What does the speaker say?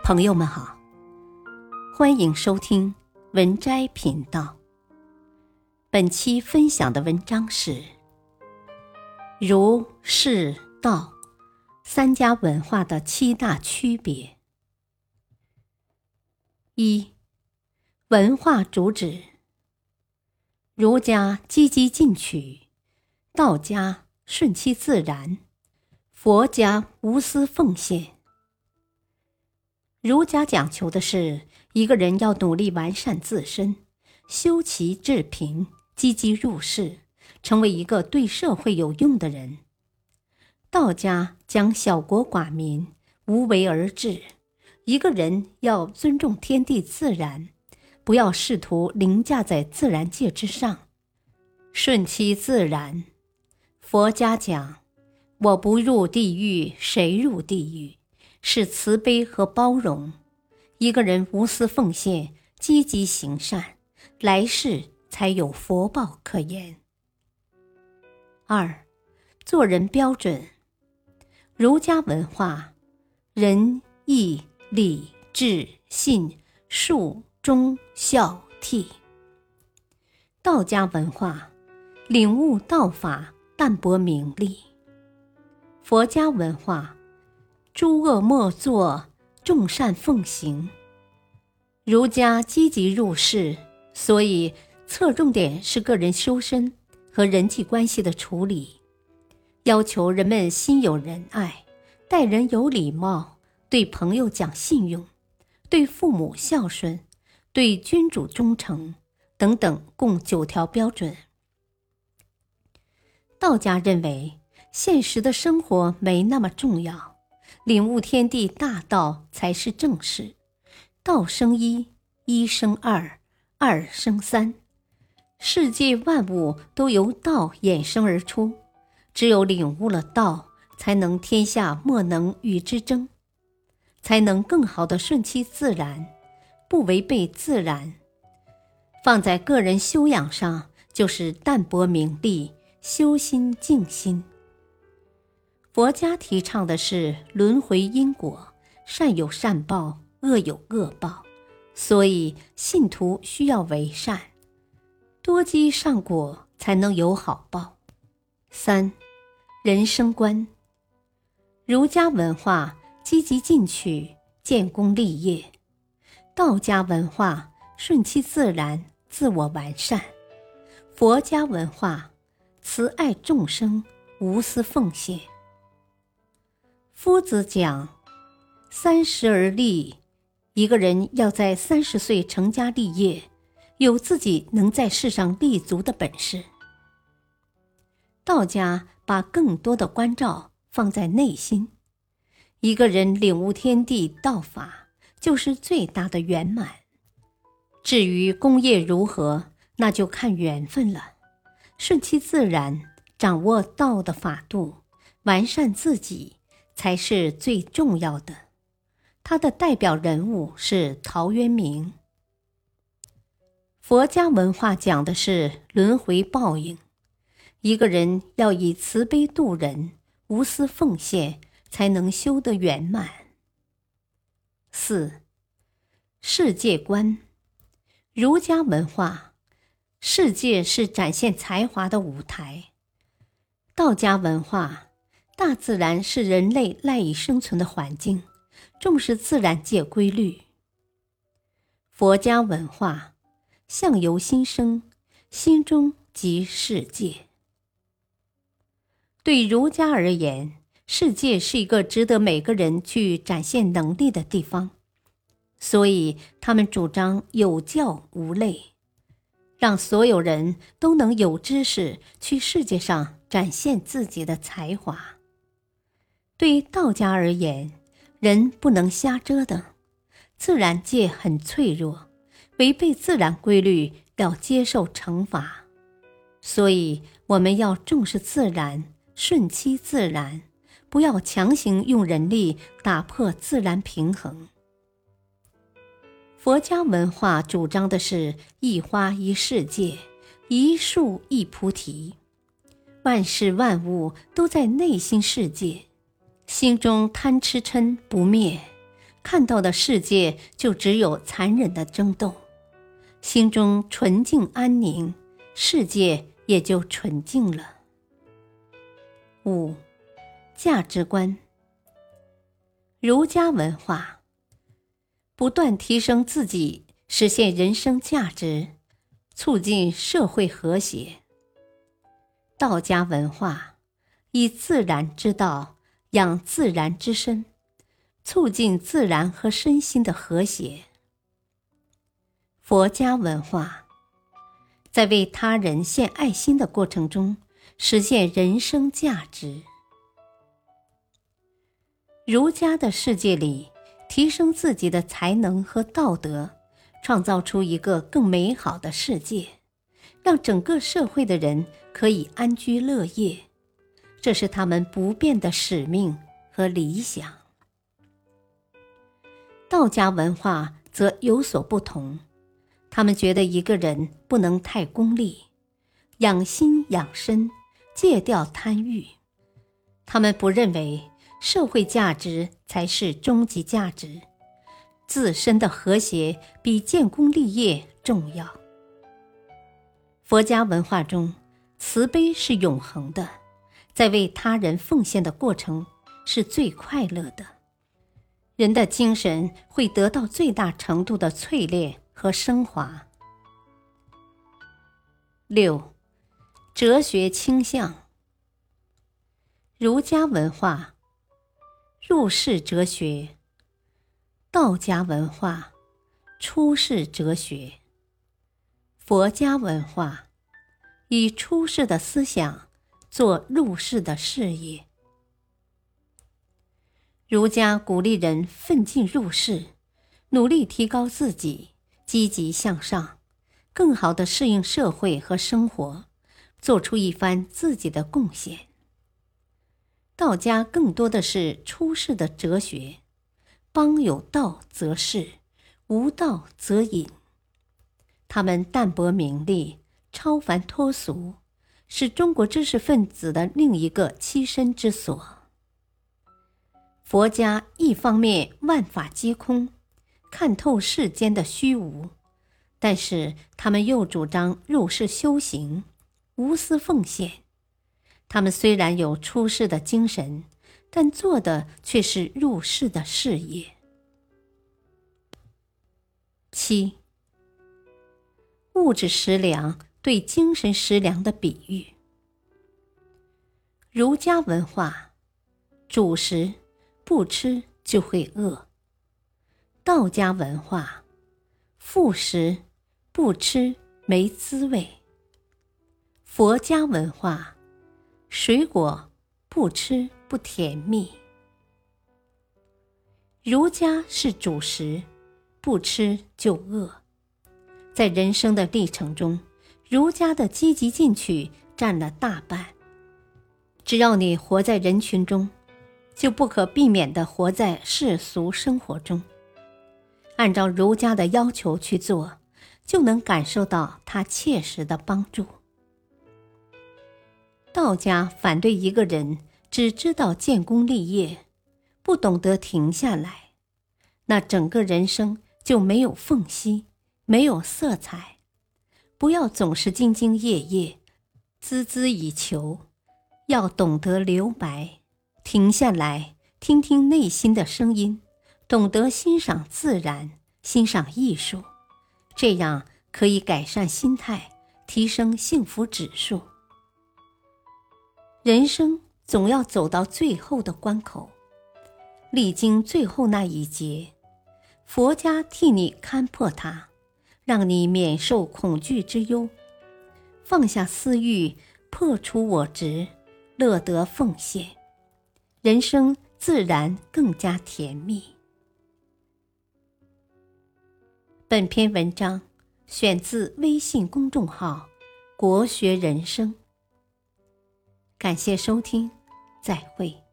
朋友们好，欢迎收听文摘频道。本期分享的文章是儒、释、道三家文化的7大区别。1. 文化主旨。儒家积极进取，道家顺其自然，佛家无私奉献。儒家讲求的是一个人要努力完善自身，修齐治平，积极入世，成为一个对社会有用的人。道家讲小国寡民，无为而治，一个人要尊重天地自然，不要试图凌驾在自然界之上，顺其自然。佛家讲我不入地狱，谁入地狱，是慈悲和包容。一个人无私奉献，积极行善，来世才有佛报可言。2. 做人标准。儒家文化仁义礼智信术忠孝悌。道家文化领悟道法，淡泊名利。佛家文化诸恶莫作，众善奉行。儒家积极入世，所以侧重点是个人修身和人际关系的处理，要求人们心有仁爱，待人有礼貌，对朋友讲信用，对父母孝顺，对君主忠诚等等，共9条标准。道家认为现实的生活没那么重要，领悟天地大道才是正事。道生一，一生二，二生三，世界万物都由道衍生而出，只有领悟了道，才能天下莫能与之争，才能更好地顺其自然，不违背自然。放在个人修养上，就是淡泊名利，修心静心。佛家提倡的是轮回因果，善有善报，恶有恶报，所以信徒需要为善，多积善果才能有好报。3. 人生观。儒家文化积极进取，建功立业；道家文化顺其自然，自我完善；佛家文化慈爱众生，无私奉献。夫子讲30而立，一个人要在30岁成家立业，有自己能在世上立足的本事。道家把更多的关照放在内心，一个人领悟天地道法，就是最大的圆满。至于功业如何，那就看缘分了。顺其自然，掌握道的法度，完善自己，才是最重要的。他的代表人物是陶渊明。佛家文化讲的是轮回报应，一个人要以慈悲度人，无私奉献，才能修得圆满。4. 世界观。儒家文化世界是展现才华的舞台。道家文化大自然是人类赖以生存的环境，重视自然界规律。佛家文化相由心生，心中即世界。对儒家而言，世界是一个值得每个人去展现能力的地方，所以他们主张有教无类，让所有人都能有知识去世界上展现自己的才华。对道家而言，人不能瞎折腾，自然界很脆弱，违背自然规律要接受惩罚。所以我们要重视自然，顺其自然，不要强行用人力打破自然平衡。佛家文化主张的是一花一世界，一树一菩提，万事万物都在内心世界，心中贪痴嗔不灭， 看到的世界就只有残忍的争斗。心中纯净安宁，世界也就纯净了。5. 价值观。儒家文化，不断提升自己，实现人生价值，促进社会和谐。道家文化，以自然之道养自然之身，促进自然和身心的和谐。佛家文化，在为他人献爱心的过程中，实现人生价值。儒家的世界里，提升自己的才能和道德，创造出一个更美好的世界，让整个社会的人可以安居乐业，这是他们不变的使命和理想。道家文化则有所不同，他们觉得一个人不能太功利，养心养身，戒掉贪欲。他们不认为社会价值才是终极价值，自身的和谐比建功立业重要。佛家文化中，慈悲是永恒的，在为他人奉献的过程是最快乐的，人的精神会得到最大程度的淬炼和升华。6. 哲学倾向。儒家文化，入世哲学；道家文化，出世哲学；佛家文化，以出世的思想做入世的事业。儒家鼓励人奋进入世，努力提高自己，积极向上，更好地适应社会和生活，做出一番自己的贡献。道家更多的是出世的哲学，邦有道则仕，无道则隐。他们淡泊名利，超凡脱俗，是中国知识分子的另一个栖身之所。佛家一方面万法皆空，看透世间的虚无，但是他们又主张入世修行，无私奉献。他们虽然有出世的精神，但做的却是入世的事业。7. 物质食粮对精神食粮的比喻。儒家文化，主食，不吃就会饿。道家文化，副食，不吃没滋味。佛家文化，水果不吃不甜蜜。儒家是主食，不吃就饿。在人生的历程中，儒家的积极进取占了大半。只要你活在人群中，就不可避免地活在世俗生活中。按照儒家的要求去做，就能感受到它切实的帮助。道家反对一个人只知道建功立业，不懂得停下来，那整个人生就没有缝隙，没有色彩。不要总是兢兢业业，孜孜以求，要懂得留白，停下来，听听内心的声音，懂得欣赏自然，欣赏艺术，这样可以改善心态，提升幸福指数。人生总要走到最后的关口，历经最后那一劫，佛家替你看破它，让你免受恐惧之忧，放下私欲，破除我执，乐得奉献，人生自然更加甜蜜。本篇文章选自微信公众号“国学人生”。感谢收听，再会。